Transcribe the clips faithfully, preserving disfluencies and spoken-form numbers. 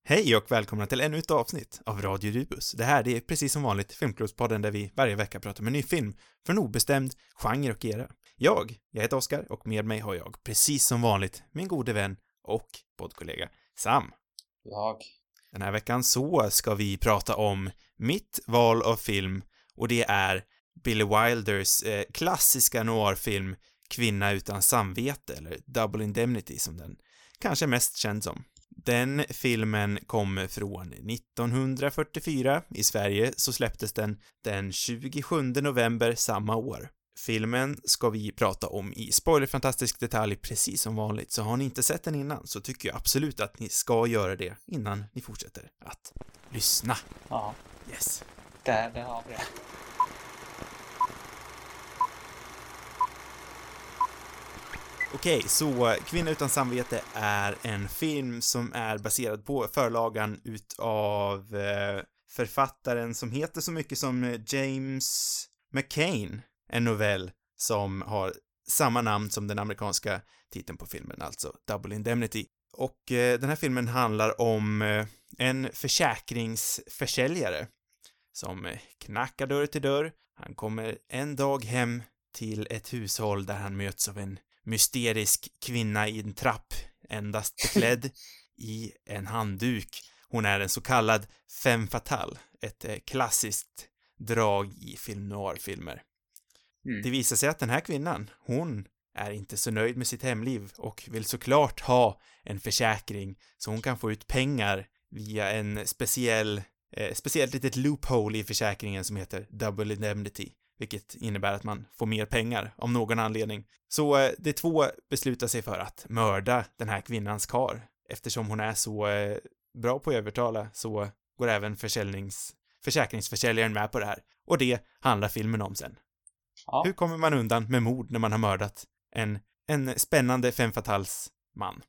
Hej och välkomna till ännu ett avsnitt av Radio Rubus. Det här det är precis som vanligt Filmklubbspodden där vi varje vecka pratar om en ny film för en obestämd genre och era. Jag, jag heter Oskar och med mig har jag precis som vanligt min gode vän och poddkollega Sam. Jag. Den här veckan så ska vi prata om mitt val av film och det är Billy Wilders eh, klassiska noirfilm Kvinna utan samvete eller Double Indemnity som den kanske är mest känd som. Den filmen kommer från nittonhundrafyrtiofyra. I Sverige så släpptes den den tjugosjunde november samma år. Filmen ska vi prata om i spoilerfantastisk detalj precis som vanligt. Så har ni inte sett den innan så tycker jag absolut att ni ska göra det innan ni fortsätter att lyssna. Ja. Yes. Där, där har vi det. Okej, så Kvinna utan samvete är en film som är baserad på förlagan utav eh, författaren som heter så mycket som James McCain. En novell som har samma namn som den amerikanska titeln på filmen, alltså Double Indemnity. Och eh, den här filmen handlar om eh, en försäkringsförsäljare som eh, knackar dörr till dörr. Han kommer en dag hem till ett hushåll där han möts av en mysterisk kvinna i en trapp, endast beklädd i en handduk. Hon är en så kallad femme fatale, ett eh, klassiskt drag i film noir-filmer. Mm. Det visar sig att den här kvinnan, hon är inte så nöjd med sitt hemliv och vill såklart ha en försäkring så hon kan få ut pengar via en speciell, eh, speciellt litet loophole i försäkringen som heter Double Indemnity. Vilket innebär att man får mer pengar av någon anledning. Så eh, de två beslutar sig för att mörda den här kvinnans kar. Eftersom hon är så eh, bra på att övertala så går även försäljnings, försäkringsförsäljaren med på det här. Och det handlar filmen om sen. Ja. Hur kommer man undan med mord när man har mördat en, en spännande femme fatales man?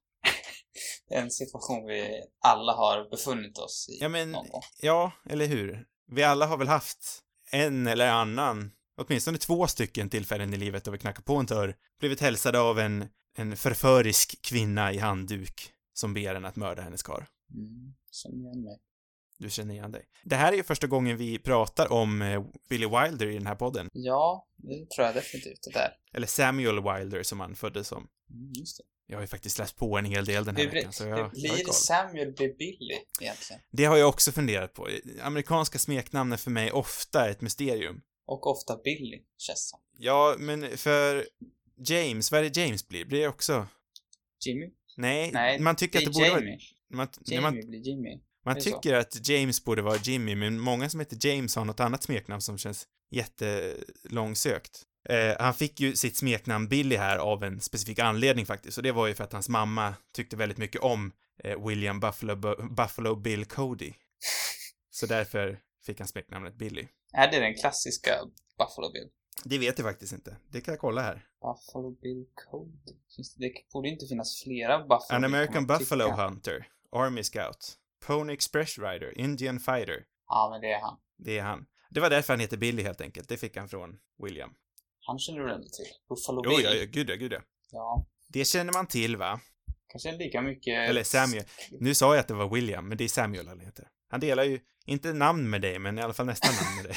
Det är en situation vi alla har befunnit oss i. Ja, men, ja, eller hur? Vi alla har väl haft en eller annan, åtminstone två stycken tillfällen i livet då vi knackar på en dörr, blivit hälsade av en, en förförisk kvinna i handduk som ber en att mörda hennes karl. Mm, känner igen mig. Du känner igen dig. Det här är ju första gången vi pratar om eh, Billy Wilder i den här podden. Ja, det tror jag definitivt det där. Eller Samuel Wilder som han föddes som. Mm, just det. Jag har ju faktiskt läst på en hel del den här det, veckan. Så jag, det blir jag Samuel blir Billy egentligen. Det har jag också funderat på. Amerikanska smeknamn är för mig ofta ett mysterium. Och ofta Billy, känns som. Ja, men för James, vad är det James blir? Blir det också? Jimmy? Nej, Nej man tycker att det borde Jamie. vara... Man, Jamie man, blir Jimmy. Man tycker så att James borde vara Jimmy, men många som heter James har något annat smeknamn som känns jättelångsökt. Eh, han fick ju sitt smeknamn Billy här av en specifik anledning faktiskt, och det var ju för att hans mamma tyckte väldigt mycket om eh, William Buffalo, Buffalo Bill Cody. Så därför fick han smeknamnet Billy. Är det den klassiska Buffalo Bill? Det vet jag faktiskt inte. Det kan jag kolla här. Buffalo Bill Cody? Det borde inte finnas flera Buffalo An Bill, American Buffalo tycka. Hunter, Army Scout, Pony Express Rider, Indian Fighter. Ja, men det är han. Det är han. Det var därför han heter Billy helt enkelt. Det fick han från William. Han känner du ändå till. Buffalo jo, Bill. Ja, ja, gud ja, gud ja. Ja. Det känner man till, va? Kanske lika mycket... Eller Samuel. Nu sa jag att det var William, men det är Samuel han heter. Han delar ju inte namn med dig, men i alla fall nästan namn med dig.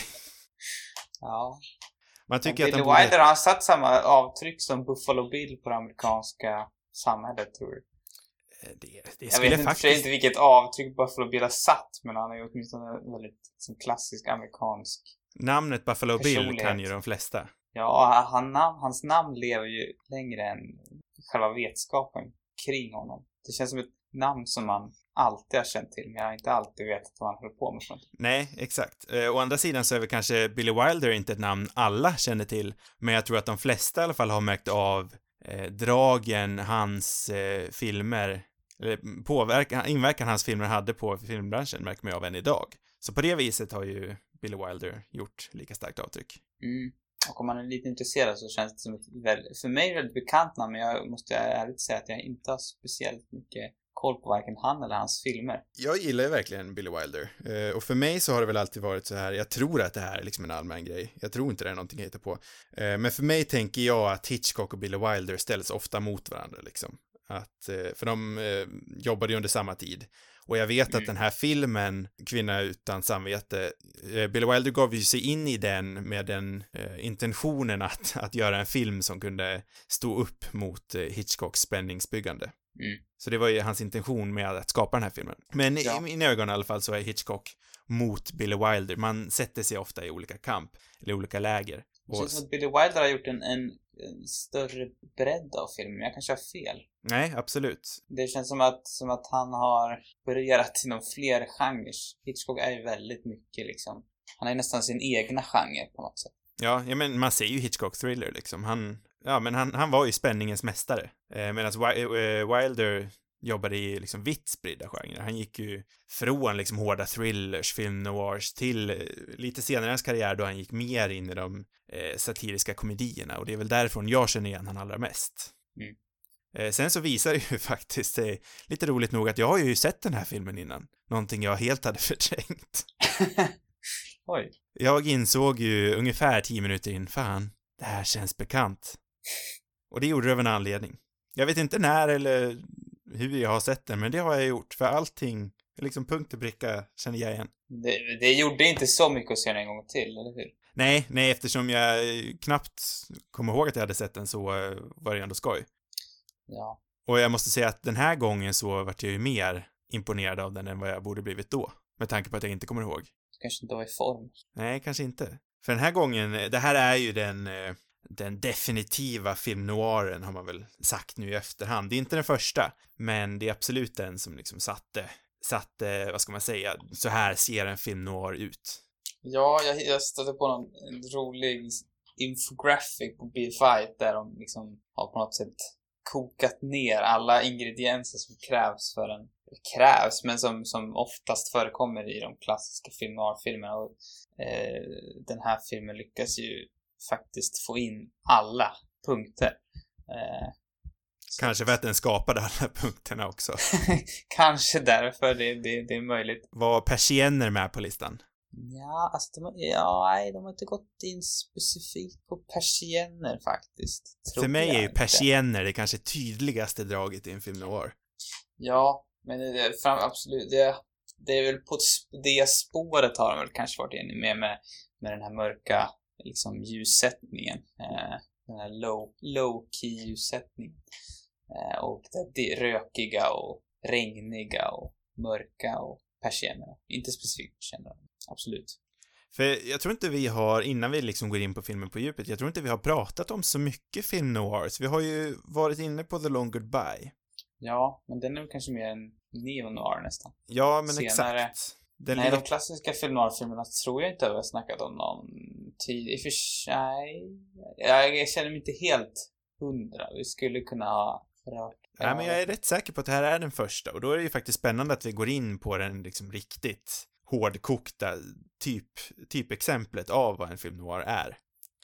Ja. Man tycker Billy att han Wilder, borde... har satt samma avtryck som Buffalo Bill på det amerikanska samhället, tror du? Det, det jag vet faktiskt... inte vilket avtryck Buffalo Bill har satt, men han är ju åtminstone väldigt som klassisk amerikansk namnet Buffalo Bill kan ju de flesta. Ja, han, hans namn lever ju längre än själva vetskapen kring honom. Det känns som ett namn som man alltid har känt till, men jag har inte alltid vetat vad han håller på med. Nej, exakt. Eh, å andra sidan så är väl kanske Billy Wilder inte ett namn alla känner till, men jag tror att de flesta i alla fall har märkt av eh, dragen hans eh, filmer, eller påverkan, inverkan hans filmer hade på filmbranschen märker man av än idag. Så på det viset har ju Billy Wilder gjort lika starkt avtryck. Mm. Och om man är lite intresserad så känns det som ett väldigt, för mig väldigt bekant namn, men jag måste ärligt säga att jag inte har speciellt mycket koll på varken han eller hans filmer. Jag gillar ju verkligen Billy Wilder. Eh, och för mig så har det väl alltid varit så här, jag tror att det här är liksom en allmän grej. Jag tror inte det är någonting jag hittar på. Eh, men för mig tänker jag att Hitchcock och Billy Wilder ställs ofta mot varandra liksom. Att, eh, för de eh, jobbade ju under samma tid. Och jag vet Mm. att den här filmen, Kvinna utan samvete, eh, Billy Wilder gav ju sig in i den med den eh, intentionen att, att göra en film som kunde stå upp mot eh, Hitchcocks spänningsbyggande. Mm. Så det var ju hans intention med att skapa den här filmen. Men Ja. i mina ögon i alla fall så är Hitchcock mot Billy Wilder. Man sätter sig ofta i olika kamp, eller olika läger. Det Och, känns som att Billy Wilder har gjort en, en, en större bredd av filmen. Jag kanske har fel. nej, absolut. Det känns som att, som att han har börjat inom fler genrer. Hitchcock är ju väldigt mycket liksom. Han är nästan sin egna genre på något sätt. Ja, ja men man ser ju Hitchcock thriller liksom. Han, ja, men han, han var ju spänningens mästare. Eh, Medan Wilder jobbade i liksom vitt spridda genrer. Han gick ju från liksom hårda thrillers, film noirs till eh, lite senare i hans karriär då han gick mer in i de eh, satiriska komedierna. Och det är väl därifrån jag känner igen han allra mest. Mm. Eh, sen så visar det ju faktiskt eh, lite roligt nog att jag har ju sett den här filmen innan. Någonting jag helt hade förträngt. Oj. Jag insåg ju ungefär tio minuter in, fan, det här känns bekant. Och det gjorde det av en anledning. Jag vet inte när eller hur jag har sett den, men det har jag gjort. För allting, liksom punkt och bricka, känner jag igen. Det, det gjorde inte så mycket att se den en gång till, eller hur? Nej, nej, eftersom jag knappt kommer ihåg att jag hade sett den så eh, var det ändå skoj. Ja. Och jag måste säga att den här gången så vart jag ju mer imponerad av den än vad jag borde blivit då. Med tanke på att jag inte kommer ihåg. Du kanske inte var i form. Nej, kanske inte. För den här gången, det här är ju den, eh, den definitiva film noiren har man väl sagt nu i efterhand. Det är inte den första, men det är absolut den som liksom satte, satte, vad ska man säga, så här ser en film noir ut. Ja, jag, jag stötte på någon en rolig infographic på B five där de liksom har på något sätt kokat ner alla ingredienser som krävs för en krävs, men som, som oftast förekommer i de klassiska film noir-filmerna. Och eh, den här filmen lyckas ju faktiskt få in alla punkter. Eh, Kanske för att den skapade alla punkterna också. Kanske därför det, det, det är möjligt. Var persienner med på listan? Ja, alltså de, ja, nej, de har inte gått in specifikt på persienner faktiskt. För mig är ju inte. persienner det kanske tydligaste draget i en film noir. Ja, men det är fram, absolut. Det, det är väl på det spåret har de väl kanske varit inne med, med med den här mörka liksom ljussättningen. Eh, den här low, low-key ljussättningen. Eh, och det, det rökiga och regniga och mörka och persienner. Inte specifikt persienner, absolut. För jag tror inte vi har, innan vi liksom går in på filmen på djupet, jag tror inte vi har pratat om så mycket film noirs. Vi har ju varit inne på The Long Goodbye. Ja, men den är kanske mer en neo-noir nästan. Ja, men Senare. exakt. Den Nej, le- de klassiska film noir-filmerna tror jag inte jag har snackat om någon tid. I och för sig... Jag, jag känner mig inte helt hundra. Vi skulle kunna ha rört. Ja, men jag är rätt säker på att det här är den första. Och då är det ju faktiskt spännande att vi går in på den liksom riktigt hårdkokta typ, typexemplet av vad en film noir är.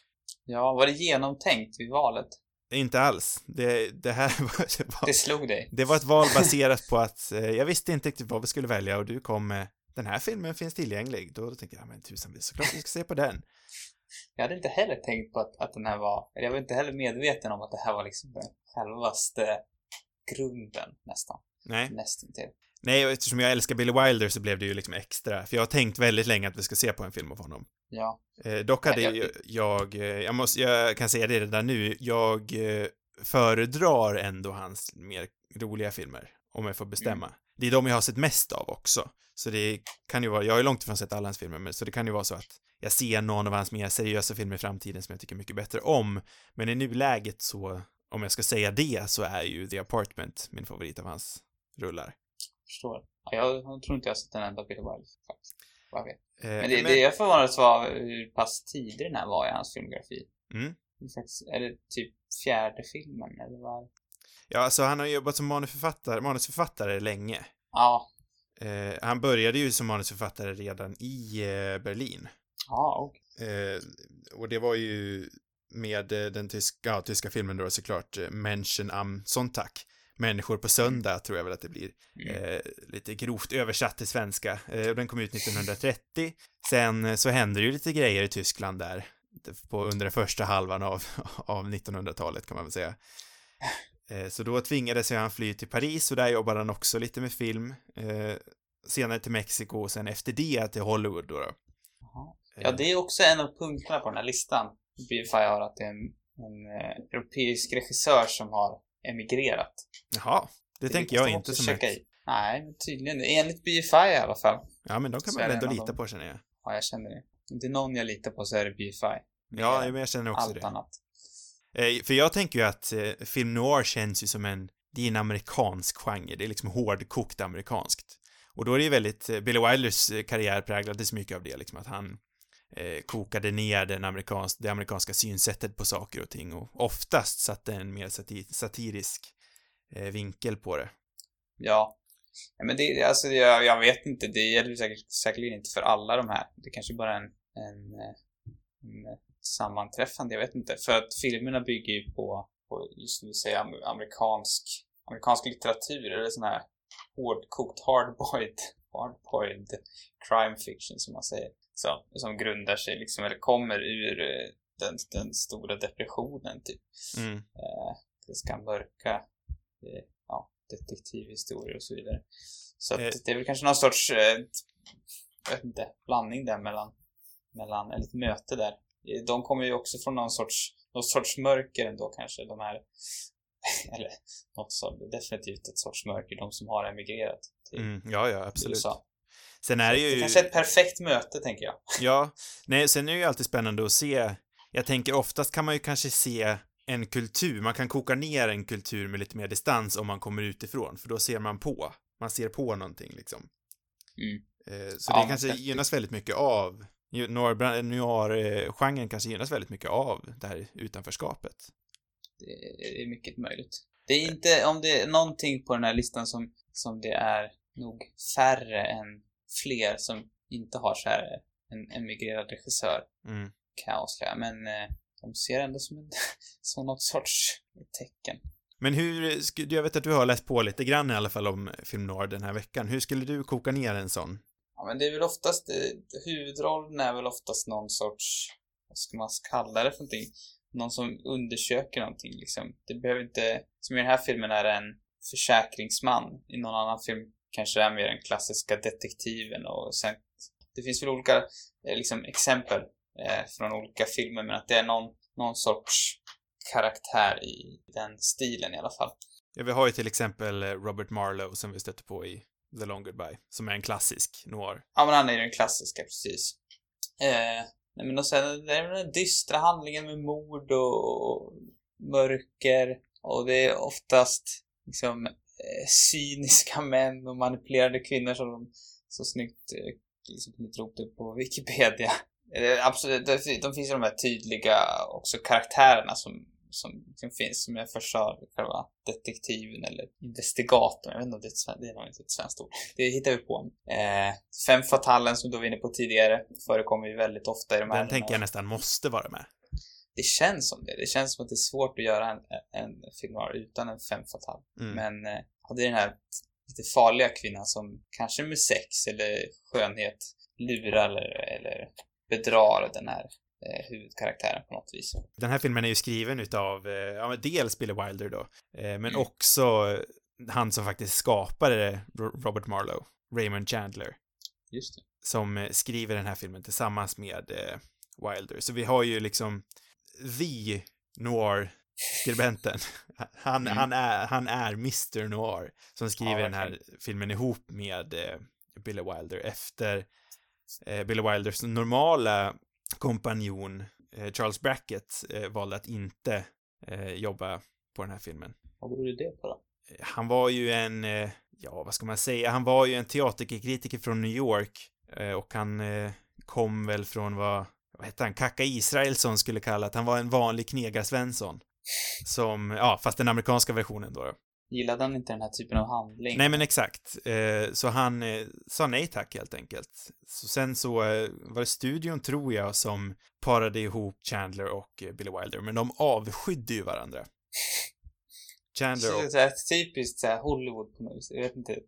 Ja, var det genomtänkt vid valet? Inte alls. Det, det här var, det var... Det slog dig. Det var ett val baserat på att eh, jag visste inte riktigt vad vi skulle välja och du kom med den här filmen finns tillgänglig. Då tänkte jag, men tusan, vi såklart vi ska se på den. Jag hade inte heller tänkt på att, att den här var... Jag var inte heller medveten om att det här var liksom den självaste grunden nästan. Nej. Nästan till. Nej, och eftersom jag älskar Billy Wilder så blev det ju liksom extra. För jag har tänkt väldigt länge att vi ska se på en film av honom. Ja. Eh, dock hade Ja, jag, jag- jag, jag måste, jag kan säga det redan nu, jag eh, föredrar ändå hans mer roliga filmer, om jag får bestämma. Mm. Det är de jag har sett mest av också. Så det kan ju vara, jag har ju långt ifrån sett alla hans filmer, men så det kan ju vara så att jag ser någon av hans mer seriösa filmer i framtiden som jag tycker mycket bättre om. Men i nuläget så, om jag ska säga det, så är ju The Apartment min favorit av hans rullar. Förstår. Ja, jag, jag tror inte jag har sett en enda Billy Wilder faktiskt. Vad jag vet. Eh, Men det, det jag förvånades var hur pass tidig den här var i hans filmografi. Mm. Det är, faktiskt, är det typ fjärde filmen eller vad? Ja, alltså han har jobbat som manusförfattare, manusförfattare länge. Ja. Eh, han började ju som manusförfattare redan i eh, Berlin. Ja, okej. Eh, och det var ju med eh, den tyska, ja, tyska filmen då såklart, eh, Menschen am Sonntag. Människor på söndag tror jag väl att det blir. Mm. Eh, lite grovt översatt till svenska. Eh, och den kom ut nittonhundratrettio. Sen eh, så hände det ju lite grejer i Tyskland där. På, under den första halvan av, av nittonhundratalet kan man väl säga. Eh, så då tvingades han fly till Paris och där jobbade han också lite med film. Eh, senare till Mexiko och sen efter det till Hollywood då. då. Ja, det är också en av punkterna på den här listan. B F I har att det är en, en eh, europeisk regissör som har emigrerat. Jaha, det, det tänker jag inte som ett... i. Nej, men tydligen. Enligt B F I i alla fall. Ja, men de kan man väl ändå lita de... på, känner jag. Ja, jag känner det. Om det är någon jag litar på så är det B F I. Ja, men jag känner också allt det. Annat. Eh, för jag tänker ju att eh, film noir känns ju som en... Det är en amerikansk genre. Det är liksom hårdkokt amerikanskt. Och då är det ju väldigt... Eh, Billy Wilders karriär präglades mycket av det, liksom att han eh, kokade ner den amerikans, det amerikanska synsättet på saker och ting och oftast satte en mer satir, satirisk eh, vinkel på det. Ja. Ja, men det, alltså jag, jag vet inte, det gäller säkert, säkerligen inte för alla de här. Det kanske bara är en, en, en sammanträffande, jag vet inte. För att filmerna bygger ju på, på just som du säger, amerikansk, amerikansk litteratur, eller sån här hårdkokt, hardboiled, hardboiled crime fiction som man säger. Så, som grundar sig liksom, eller kommer ur den, den stora depressionen typ. Mm. Eh, ganska mörka eh, ja, detektivhistorier och så vidare. Så att eh. det är väl kanske någon sorts eh, jag vet inte, blandning där mellan, mellan eller ett möte där. De kommer ju också från någon sorts, någon sorts mörker ändå kanske, de här eller något så, definitivt ett sorts mörker, de som har emigrerat till mm, ja, ja, absolut. U S A. Sen är det ju... Det kanske är ett perfekt möte, tänker jag. Ja, nej, sen är det ju alltid spännande att se. Jag tänker oftast kan man ju kanske se en kultur. Man kan koka ner en kultur med lite mer distans om man kommer utifrån. För då ser man på. Man ser på någonting, liksom. Mm. Så det ja, kanske gynnas väldigt mycket av... Noir-genren kanske gynnas väldigt mycket av det här utanförskapet. Det är mycket möjligt. Det är inte, om det är någonting på den här listan som, som det är nog färre än fler som inte har så här en emigrerad regissör, mm. kan jag avslöja. Men eh, de ser ändå som, en, som något sorts tecken. Men hur, jag vet att du har läst på lite grann i alla fall om film noir den här veckan. Hur skulle du koka ner en sån? Ja, men det är väl oftast, huvudrollen är väl oftast någon sorts, vad ska man kalla det för någonting? Någon som undersöker någonting liksom. Det behöver inte, som i den här filmen är det en försäkringsman. I någon annan film kanske det är mer den klassiska detektiven. Och sen, det finns väl olika liksom, exempel eh, från olika filmer, men att det är någon, någon sorts karaktär i den stilen i alla fall. Ja, vi har ju till exempel Robert Marlowe som vi stötte på i The Long Goodbye, som är en klassisk noir. Ja, men han är ju den klassiska, precis. Eh, nej, men och sen det är den dystra handlingen med mord och mörker. Och det är oftast liksom eh, cyniska män och manipulerade kvinnor som de så snyggt eh, liksom ropade på Wikipedia. Eh, absolut, de, de finns ju de här tydliga också karaktärerna som som, som finns, som jag först sa, själva detektiven eller investigatorn, jag vet inte om det är, ett, det är nog inte ett svenskt ord, det hittar vi på. Eh, fem fatalen som du var inne på tidigare förekommer ju väldigt ofta i de här. Den tänker jag nästan måste vara med. Det känns som det, det känns som att det är svårt att göra en, en film utan en fem fatal. Mm. Men eh, det är den här lite farliga kvinnan som kanske med sex eller skönhet lurar eller, eller bedrar den här Eh, huvudkaraktären på något vis. Den här filmen är ju skriven utav eh, ja, dels Billy Wilder då, eh, men mm. också han som faktiskt skapade Robert Marlowe, Raymond Chandler. Just det. Som eh, skriver den här filmen tillsammans med eh, Wilder. Så vi har ju liksom the noir-skribenten. Han, mm. han, är, han är mister Noir som skriver ja, den här filmen ihop med eh, Billy Wilder efter eh, Billy Wilders normala kompanjon eh, Charles Brackett eh, valde att inte eh, jobba på den här filmen. Vad beror det på då? Han var ju en, eh, ja vad ska man säga, han var ju en teaterkritiker från New York eh, och han eh, kom väl från vad, vad heter han, Kaka Israelsson skulle kalla att han var en vanlig knegarsvensson. Som, ja, fast den amerikanska versionen då. Gillade han inte den här typen av handling? Nej, men exakt. Eh, så han eh, sa nej tack helt enkelt. Så sen så eh, var det studion, tror jag, som parade ihop Chandler och eh, Billy Wilder. Men de avskydde ju varandra. Chandler och... Det är typiskt så här Hollywood på något vis. Jag vet inte.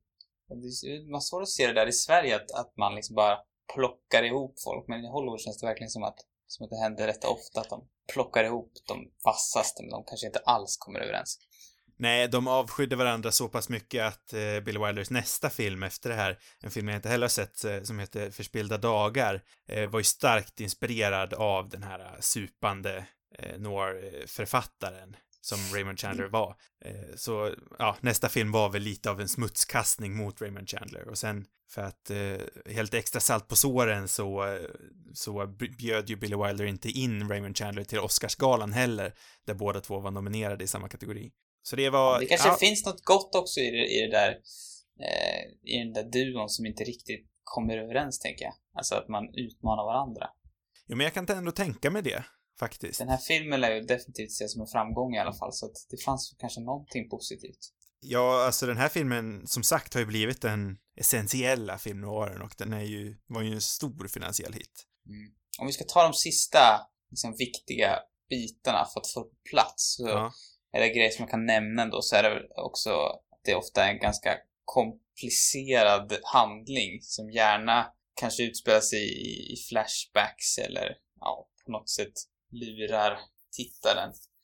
Man svårt att se det där i Sverige att, att man liksom bara plockar ihop folk. Men i Hollywood känns det verkligen som att, som att det händer rätt ofta att de plockar ihop de vassaste, men de kanske inte alls kommer överens. Nej, de avskydde varandra så pass mycket att eh, Billy Wilders nästa film efter det här, en film jag inte heller har sett eh, som heter Förspillda dagar, eh, var ju starkt inspirerad av den här uh, supande eh, noir-författaren som Raymond Chandler var. Eh, så, ja, nästa film var väl lite av en smutskastning mot Raymond Chandler. Och sen, för att eh, helt extra salt på såren så, så bjöd ju Billy Wilder inte in Raymond Chandler till Oscarsgalan heller, där båda två var nominerade i samma kategori. Så det var... Det kanske ja. finns något gott också i det, i det där eh, i den där duon som inte riktigt kommer överens, tänker jag. Alltså att man utmanar varandra. Jo, men jag kan ändå tänka mig det, faktiskt. Den här filmen lär ju definitivt ses som en framgång i alla fall, så att det fanns kanske någonting positivt. Ja, alltså den här filmen, som sagt, har ju blivit den essentiella filmnoiren och den är ju, var ju en stor finansiell hit. Mm. Om vi ska ta de sista liksom, viktiga bitarna för att få på plats, så ja. Är det grejer som man kan nämna ändå, så är det också att det ofta är en ganska komplicerad handling som gärna kanske utspelar sig i, i flashbacks eller ja, på något sätt lurar tittaren.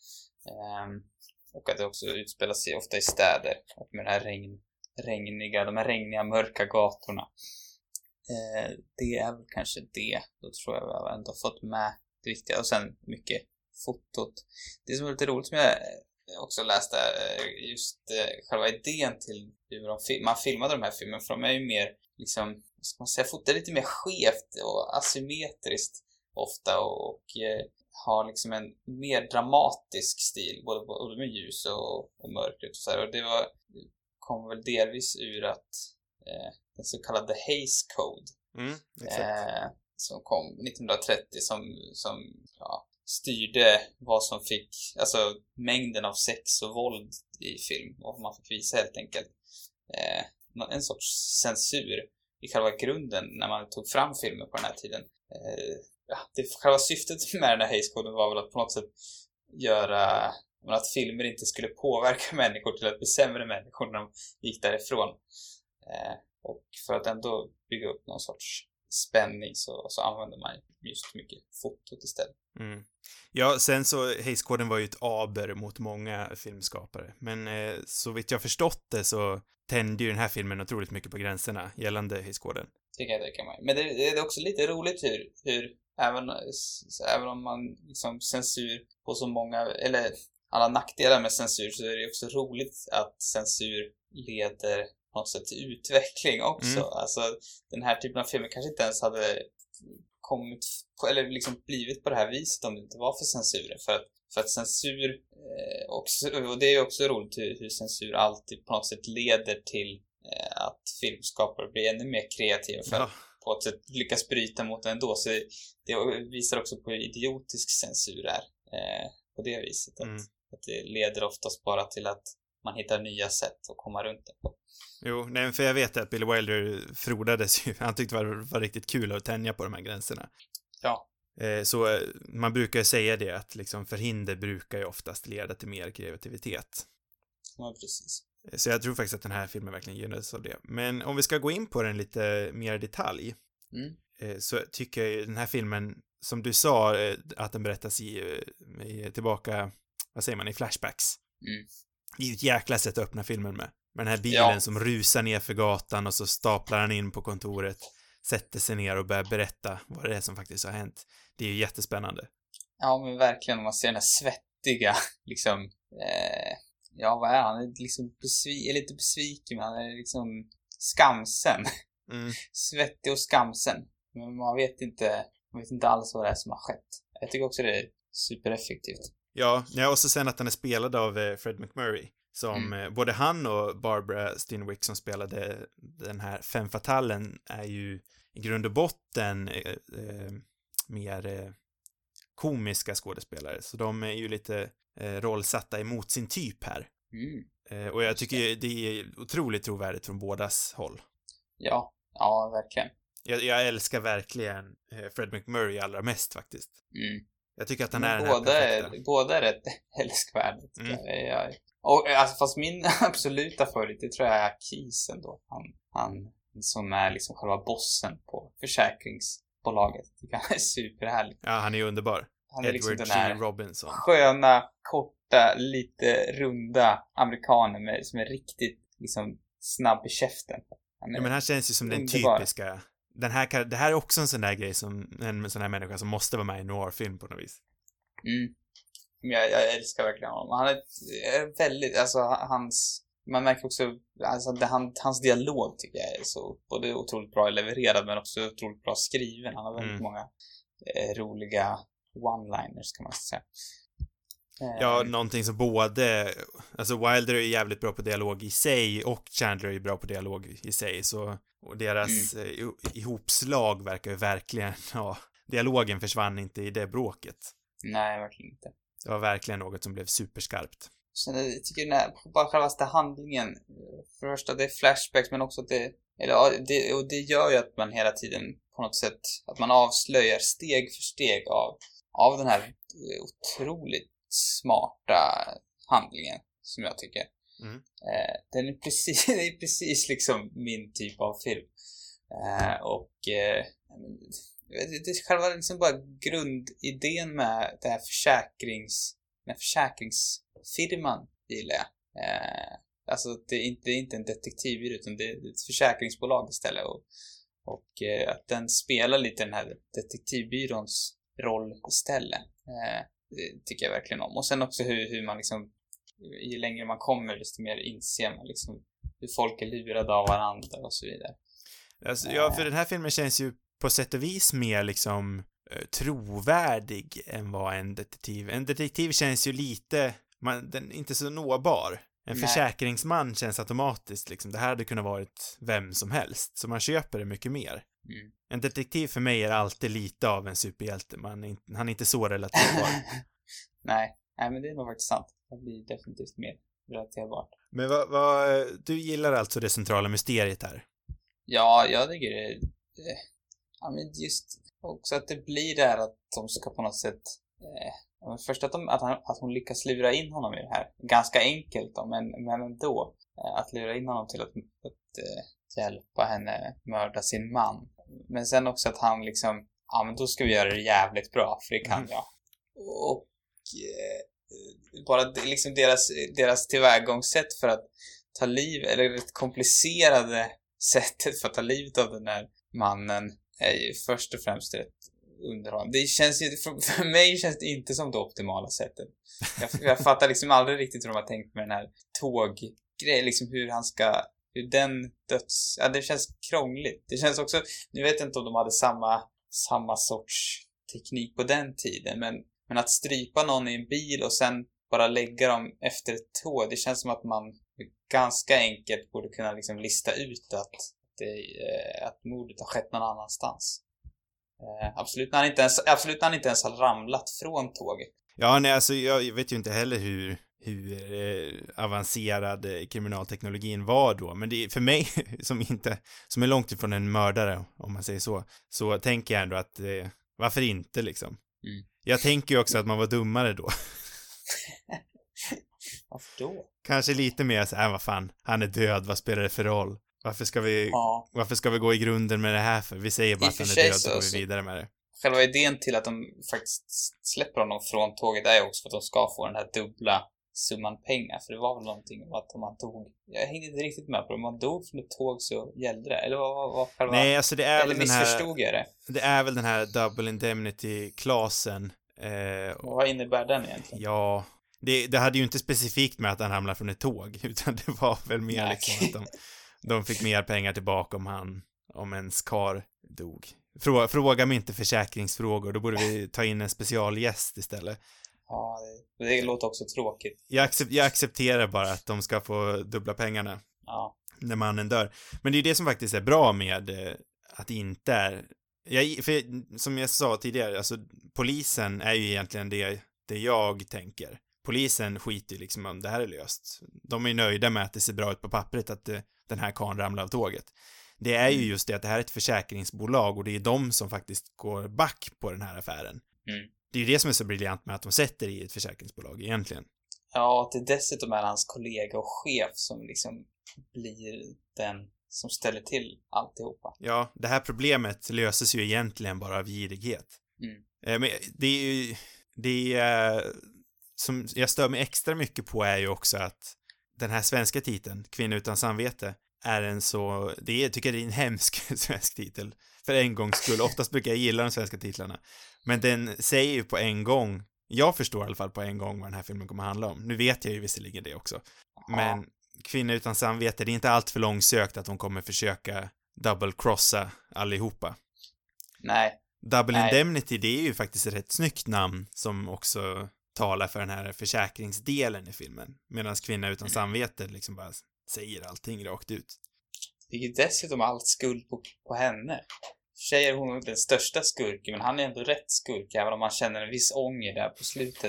Um, och att det också utspelar sig ofta i städer och med det här regn, regniga, de här regniga mörka gatorna. Uh, det är väl kanske det. Då tror jag vi har ändå fått med det viktiga. Och sen mycket fotot. Det som är lite roligt som jag också läste är just uh, själva idén till hur de fil- man filmade de här filmerna. För de är ju mer liksom, vad ska man säga, fotot är lite mer skevt och asymmetriskt ofta och, och eh, har liksom en mer dramatisk stil både, både med ljus och, och mörkret och så här. Och det var, kom väl delvis ur att eh, den så kallade Hays Code mm, eh, som kom nittonhundratrettio som, som ja, styrde vad som fick, alltså mängden av sex och våld i film och vad man fick visa helt enkelt. Eh, en sorts censur i själva grunden när man tog fram filmer på den här tiden. Eh, ja, det själva syftet med den här Hays Code var väl att på något sätt göra att filmer inte skulle påverka människor till att bli sämre människor när de gick därifrån. Eh, och för att ändå bygga upp någon sorts spänning så, så använder man just mycket fotot istället. Mm. Ja, sen så Hays-koden var ju ett aber mot många filmskapare. Men eh, så vitt jag förstått det så tände ju den här filmen otroligt mycket på gränserna gällande Hays-koden. Det kan jag tänka mig. Men det, det är också lite roligt hur, hur även, även om man liksom censur på så många, eller alla nackdelar med censur, så är det också roligt att censur leder på något sätt till utveckling också. Mm. Alltså den här typen av filmer kanske inte ens hade kommit på, eller liksom blivit på det här viset om det inte var för censuren. För att, för att censur eh, också, och det är också roligt hur, hur censur alltid på något sätt leder till eh, att filmskapare blir ännu mer kreativa för ja. att på ett sätt lyckas bryta mot den ändå. Så det visar också på hur idiotisk censur är eh, på det viset. Att, mm. att det leder oftast bara till att man hittar nya sätt att komma runt det på. Jo, nej, för jag vet att Billy Wilder frodades ju. Han tyckte det var, var riktigt kul att tänja på de här gränserna. Ja. Eh, så eh, man brukar säga det att liksom förhinder brukar ju oftast leda till mer kreativitet. Ja, precis. Eh, så jag tror faktiskt att den här filmen verkligen gynnades av det. Men om vi ska gå in på den lite mer i detalj mm. eh, så tycker jag ju den här filmen, som du sa, eh, att den berättas i, i tillbaka, vad säger man, i flashbacks. Mm. Det är ju ett jäkla sätt att öppna filmen med. Med den här bilen ja. som rusar ner för gatan och så staplar han in på kontoret, sätter sig ner och börjar berätta vad det är som faktiskt har hänt. Det är ju jättespännande. Ja, men verkligen, man ser den här svettiga, liksom, eh, ja, vad är han? Han är liksom besvi- är lite besviken, han är liksom skamsen. Mm. Svettig och skamsen. Men man vet inte, man vet inte alls vad det är som har skett. Jag tycker också det är supereffektivt. Ja, ja, och så sen att han är spelad av eh, Fred McMurray. Som mm. eh, både han och Barbara Stanwyck som spelade den här femme fatalen är ju i grund och botten eh, eh, mer eh, komiska skådespelare. Så de är ju lite eh, rollsatta emot sin typ här. Mm. Eh, och jag tycker det är otroligt trovärdigt från bådas håll. Ja, ja, verkligen. Jag, jag älskar verkligen eh, Fred McMurray allra mest faktiskt. Mm. Jag tycker att han Men är den båda här perfekta. är, båda är rätt älskvärda. Mm. Jag, jag, och, alltså, fast min absoluta favorit, det tror jag är Keys ändå. Han, han som är liksom själva bossen på försäkringsbolaget. Det är superhärligt. Ja, han är ju underbar. Han är liksom Edward den här G. Robinson. sköna, korta, lite runda amerikanen med, som är riktigt liksom snabb i käften. Han Ja, men han känns ju som den underbar. typiska. Den här, det här är också en sån där grej som en sån här människa som måste vara med i en noir-film på något vis. Mm. Jag, jag älskar verkligen honom. Han är, är väldigt, alltså hans, man märker också, alltså det, han, hans dialog tycker jag är så både otroligt bra levererad men också otroligt bra skriven. Han har väldigt Mm. många eh, roliga one-liners kan man säga. Eh, Ja, någonting som både, alltså Wilder är jävligt bra på dialog i sig och Chandler är bra på dialog i sig, så och deras mm. eh, ihopslag verkar ju verkligen, ja, dialogen försvann inte i det bråket. Nej, verkligen inte. Det var verkligen något som blev superskarpt. Sen jag tycker jag bara självaste handlingen, för det första det är flashbacks men också att det, eller ja, det, och det gör ju att man hela tiden på något sätt, att man avslöjar steg för steg av, av den här otroligt smarta handlingen som jag tycker. Mm. Eh, den är precis, det är precis liksom min typ av film. Eh, och eh, det, det är själva liksom bara grundidén med det här försäkrings, den här försäkringsfirman gillar jag. Eh, alltså det är, inte, det är inte en detektivbyrå utan det är ett försäkringsbolag istället. Och, och eh, att den spelar lite den här detektivbyråns roll istället. Eh, det tycker jag verkligen om. Och sen också hur, hur man liksom, ju längre man kommer desto mer inser man liksom hur folk är lurade av varandra och så vidare. Alltså, ja, för den här filmen känns ju på sätt och vis mer liksom trovärdig än vad en detektiv. En detektiv känns ju lite, man, den är inte så nåbar. En Nej. försäkringsman känns automatiskt liksom, det här hade kunnat varit vem som helst. Så man köper det mycket mer. Mm. En detektiv för mig är alltid lite av en superhjälte. Man är inte, han är inte så relaterbar. Nej. Nej, men det är nog faktiskt sant. Det blir definitivt mer relaterbart. Men vad, vad, du gillar alltså det centrala mysteriet här? Ja, jag tycker det, det ja, men just också att det blir det här att de ska på något sätt eh, först att, de, att, han, att hon lyckas lura in honom i det här. Ganska enkelt då, men, men ändå. Eh, att lura in honom till att, att eh, hjälpa henne mörda sin man. Men sen också att han liksom, ja men då ska vi göra det jävligt bra, för det kan mm. jag. Och eh, bara liksom deras, deras tillvägagångssätt för att ta liv, eller det komplicerade sättet för att ta livet av den här mannen är ju först och främst rätt underhållande. Det känns ju, för, för mig känns det inte som det optimala sättet. Jag, jag fattar liksom aldrig riktigt hur de har tänkt med den här tåggrejen, liksom hur han ska, hur den döds, ja det känns krångligt. Det känns också, nu vet jag inte om de hade samma, samma sorts teknik på den tiden, men, men att strypa någon i en bil och sen bara lägga dem efter ett tåg, det känns som att man ganska enkelt borde kunna liksom lista ut att det, att mordet har skett någon annanstans. Eh, absolut, när han inte ens, absolut när han inte ens har ramlat från tåget. Ja, nej, alltså jag vet ju inte heller hur, hur eh, avancerad eh, kriminalteknologin var då, men det är för mig som inte, som är långt ifrån en mördare, om man säger så, så tänker jag ändå att eh, varför inte liksom? Mm. Jag tänker ju också att man var dummare då. Varför då? Kanske lite mer så här, vad fan, han är död, vad spelar det för roll? Varför ska vi, ja. varför ska vi gå i grunden med det här för? Vi säger bara att han är död så går vi vidare med det. Själva idén till att de faktiskt släpper honom från tåget är också för att de ska få den här dubbla summan pengar. För det var väl någonting om att om man dog, jag hängde inte riktigt med på det, om man dog från ett tåg så gällde det. Eller vad var själva, nej, alltså det är eller väl den här, jag det? Det är väl den här double indemnity-klasen. Eh, och vad innebär den egentligen? Ja, det, det hade ju inte specifikt med att han ramlade från ett tåg, utan det var väl mer nej. Liksom att de, de fick mer pengar tillbaka om han, om ens kar dog. Fråga, fråga mig inte försäkringsfrågor, då borde vi ta in en specialgäst istället. Ja, det, det låter också tråkigt. Jag, accept, jag accepterar bara att de ska få dubbla pengarna ja. när mannen dör. Men det är ju det som faktiskt är bra med eh, att det inte är... Jag, för, som jag sa tidigare, alltså polisen är ju egentligen det, det jag tänker. Polisen skiter ju liksom om det här är löst. De är ju nöjda med att det ser bra ut på pappret att det, den här kan ramla av tåget. Det är ju just det att det här är ett försäkringsbolag och det är de som faktiskt går back på den här affären. Mm. Det är ju det som är så briljant med att de sätter i ett försäkringsbolag egentligen. Ja, att det dessutom är hans kollega och chef som liksom blir den som ställer till alltihopa. Ja, det här problemet löses ju egentligen bara av girighet. Mm. Men det är ju, Det är, som jag stör mig extra mycket på är ju också att den här svenska titeln, Kvinna utan samvete, är en så, det är, tycker jag det är en hemsk svensk titel. För en gångs skull, oftast brukar jag gilla de svenska titlarna. Men den säger ju på en gång, jag förstår i alla fall på en gång vad den här filmen kommer att handla om. Nu vet jag ju visserligen det också. Men Kvinna utan samvete, det är inte allt för långsökt att de kommer försöka double-crossa allihopa. Nej. Double Nej. Indemnity, det är ju faktiskt ett rätt snyggt namn som också talar för den här försäkringsdelen i filmen. Medan Kvinna utan samvete liksom bara säger allting rakt ut. Det är ju dessutom allt skuld på, på henne. För sig är hon den största skurken, men han är ändå rätt skurk, även om man känner en viss ånger där på slutet.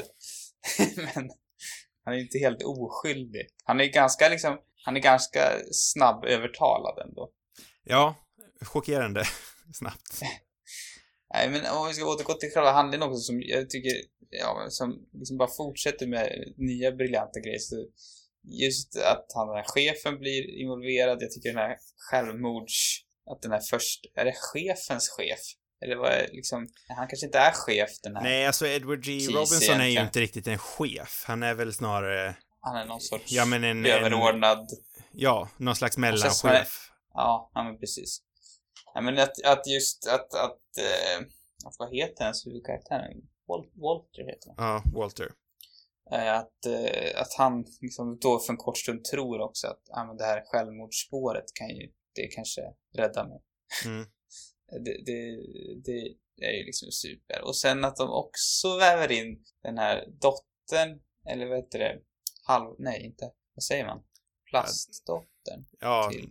Men han är inte helt oskyldig. Han är ganska liksom, han är ganska snabb övertalad ändå. Ja, chockerande snabbt. Nej, men om vi ska återgå till själva handlingen också, som jag tycker, ja, som liksom bara fortsätter med nya briljanta grejer. Så just att han, den här chefen blir involverad. Jag tycker den här självmords, att den här först, är det chefens chef? Eller vad är liksom, han kanske inte är chef, den här. Nej, alltså Edward G. Robinson egentligen. Är ju inte riktigt en chef. Han är väl snarare, han är någon sorts ja, men en, överordnad. En, ja, någon slags mellanchef. Ja, ja, men precis. Ja, men att, att just att, att, äh, att vad heter hans huvudkaraktären? Wal- Walter heter han. Ja, Walter. Äh, att, äh, att han liksom då för en kort stund tror också att ja, men det här självmordsspåret kan ju, det kanske rädda mig. Mm. det, det, det är ju liksom super. Och sen att de också väver in den här dottern, eller vad heter det? Halv, nej inte, vad säger man? Plastdottern. Ja, till.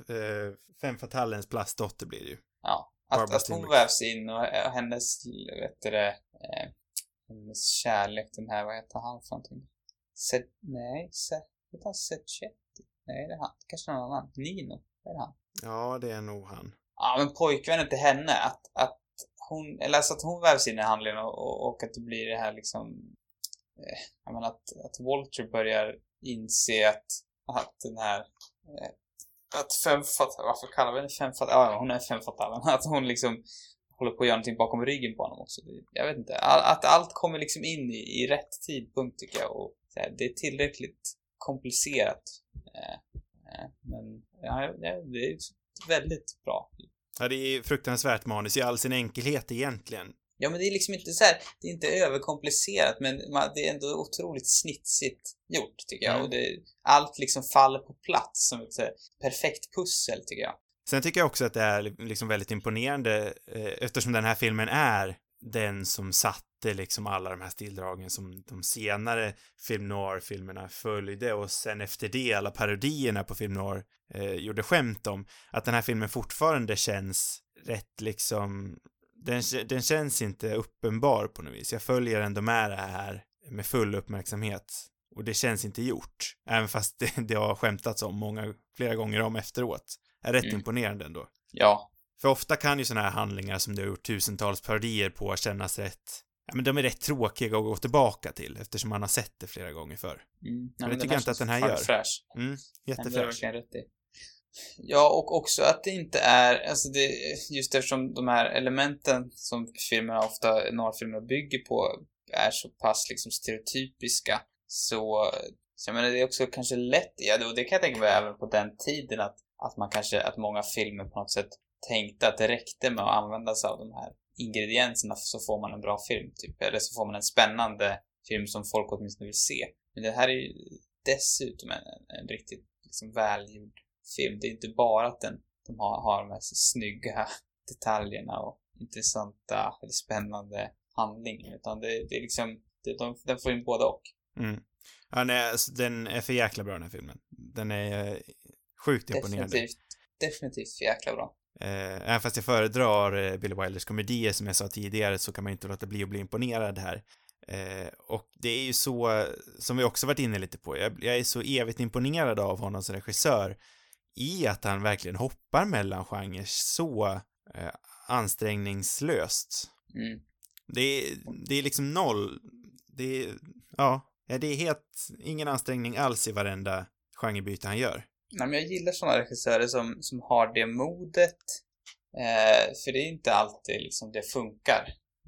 Fem Fatallens plastdotter blir det ju. Ja, att, att hon vävs in och, och hennes, vet du det, eh, hennes kärlek, den här, vad heter han för någonting? Sed, nej, Sed, heter han Sedchetti? Nej, det är han. Kanske någon annan. Nino, är det han? Ja, det är nog han. Ja, men pojkvännen till henne, att, att hon, eller alltså att hon vävs in i handlingen och, och, och att det blir det här liksom, eh, jag menar att, att Walter börjar inse att, att den här, eh, att fem fatalen, varför kallar vi henne fem fatalen? Ja, hon är fem fatalen. Att hon liksom håller på att göra någonting bakom ryggen på honom också. Jag vet inte. All, att allt kommer liksom in i, i rätt tidpunkt tycker jag. Och här, det är tillräckligt komplicerat. Eh, eh, men ja, det är väldigt bra. Ja, det är fruktansvärt manus i all sin enkelhet egentligen. Ja, men det är liksom inte så här, det är inte överkomplicerat, men det är ändå otroligt snitsigt gjort tycker jag. Mm. Och det, allt liksom faller på plats som ett här, perfekt pussel tycker jag. Sen tycker jag också att det är liksom väldigt imponerande eh, eftersom den här filmen är den som satte liksom alla de här stilldragen som de senare film noir-filmerna följde och sen efter det alla parodierna på film noir eh, gjorde skämt om. Att den här filmen fortfarande känns rätt liksom, den, den känns inte uppenbar på något vis. Jag följer ändå med det här med full uppmärksamhet och det känns inte gjort. Även fast det, det har skämtats om många, flera gånger om efteråt. Är rätt mm. imponerande ändå. Ja. För ofta kan ju såna här handlingar som det har gjort tusentals parodier på kännas rätt, ja men de är rätt tråkiga att gå tillbaka till eftersom man har sett det flera gånger förr. Mm. Ja, det tycker jag inte att den här gör. Fräsch. Mm, jättefräsch. Ja, och också att det inte är, alltså det, just eftersom de här elementen som filmerna ofta, noir-filmerna bygger på är så pass liksom stereotypiska, så, så jag menar det är också kanske lätt, ja, och det kan jag tänka mig även på den tiden att, att man kanske, att många filmer på något sätt tänkte att det räckte med att använda sig av de här ingredienserna så får man en bra film typ, eller så får man en spännande film som folk åtminstone vill se. Men det här är ju dessutom en, en riktigt liksom välgjord film. Det är inte bara att den, de har, har de här så snygga detaljerna och intressanta eller spännande handlingar, utan det, det är liksom det, de, den får in både och. Mm. Ja, nej, alltså, den är för jäkla bra den här filmen. Den är eh, sjukt imponerande. Definitivt, definitivt för jäkla bra. Eh, även fast jag föredrar eh, Billy Wilders komedier som jag sa tidigare så kan man inte låta bli att bli imponerad här. Eh, och det är ju så, som vi också varit inne lite på, jag, jag är så evigt imponerad av honom som regissör i att han verkligen hoppar mellan genrer så eh, ansträngningslöst. Mm. Det, är, det är liksom noll, det är, ja, det är helt ingen ansträngning alls i varenda genrebyte han gör. Nej, men jag gillar sådana regissörer som, som har det modet, eh, för det är inte alltid liksom det funkar.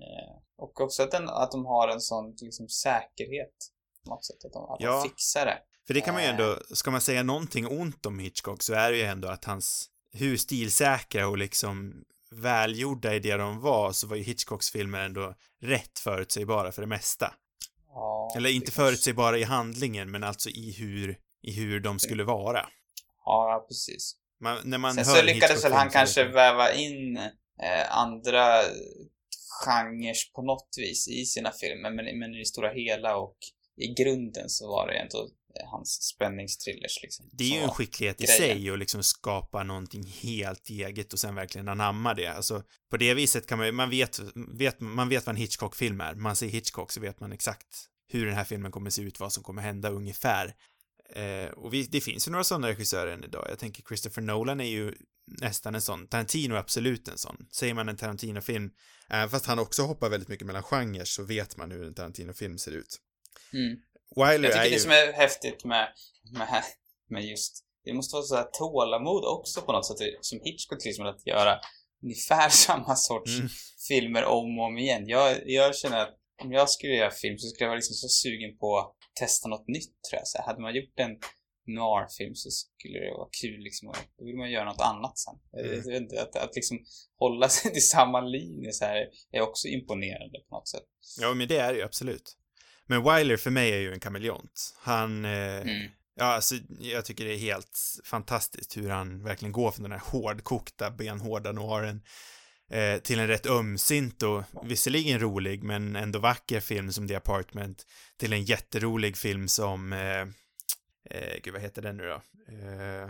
Eh, och också att, den, att de har en sån liksom säkerhet på något sätt, att de, att Ja. de fixar det. För det kan man ju ändå, ska man säga någonting ont om Hitchcock så är det ju ändå att hans, hur stilsäkra och liksom välgjorda i det de var, så var ju Hitchcocks filmer ändå rätt förutsägbara för det mesta. Ja, Eller inte förutsägbara i handlingen, men alltså i hur, i hur de skulle vara. Ja, precis. Man, när man Sen hör så lyckades väl han Hitchcock-film kanske så- väva in eh, andra genrer på något vis i sina filmer, men, men i det stora hela och i grunden så var det ändå eh, hans spänningsthrillers liksom. Det är ju som en var skicklighet i grejen. sig att liksom skapa någonting helt eget och sen verkligen anamma det. Alltså, på det viset kan man ju, man vet, vet, man vet vad en Hitchcock-film är. Man ser Hitchcock så vet man exakt hur den här filmen kommer se ut, vad som kommer hända ungefär. Eh, och vi, det finns ju några sådana regissörer än idag. Jag tänker Christopher Nolan är ju nästan en sån. Tarantino är absolut en sån. Säger man en Tarantino-film, även fast han också hoppar väldigt mycket mellan genrer, så vet man hur en Tarantino-film ser ut. Mm. Wilder Jag tycker är det ju... som är häftigt med, med, med just, det måste vara så här tålamod också på något sätt, som Hitchcock liksom, att göra ungefär samma sorts Mm. filmer om och om igen. Jag, jag känner att om jag skulle göra film så skulle jag vara liksom så sugen på att testa något nytt, tror jag. Så här, hade man gjort en noir-film så skulle det vara kul liksom, och då vill man göra något annat sen. Mm. Jag vet inte, att, att liksom hålla sig till samma linje så här är också imponerande på något sätt. Ja, men det är det ju absolut. Men Wilder för mig är ju en kameleont. Han, eh, Mm. ja, alltså, jag tycker det är helt fantastiskt hur han verkligen går från den här hårdkokta, benhårda noiren eh, till en rätt ömsint och visserligen rolig, men ändå vacker film som The Apartment, till en jätterolig film som, eh, eh, gud vad heter den nu då? Eh,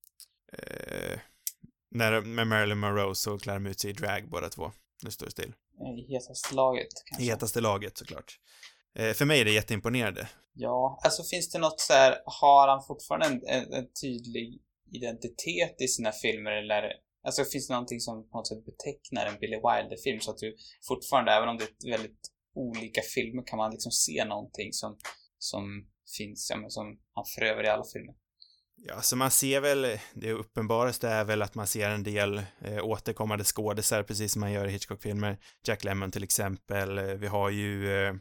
eh, när, med Marilyn Monroe så klarar de ut sig i drag båda två. Nu står det still. I hetaste laget kanske. Hetaste laget såklart. Eh, för mig är det jätteimponerande. Ja, alltså finns det något så här, har han fortfarande en, en, en tydlig identitet i sina filmer, eller alltså finns det någonting som på något sätt betecknar en Billy Wilder-film, så att du fortfarande, även om det är väldigt olika filmer, kan man liksom se någonting som, som finns, ja, men som han för över i alla filmer? Ja, så man ser väl, det uppenbaraste är väl att man ser en del eh, återkommande skådisar, precis som man gör i Hitchcock-filmer. Jack Lemmon till exempel. Eh, vi har ju eh,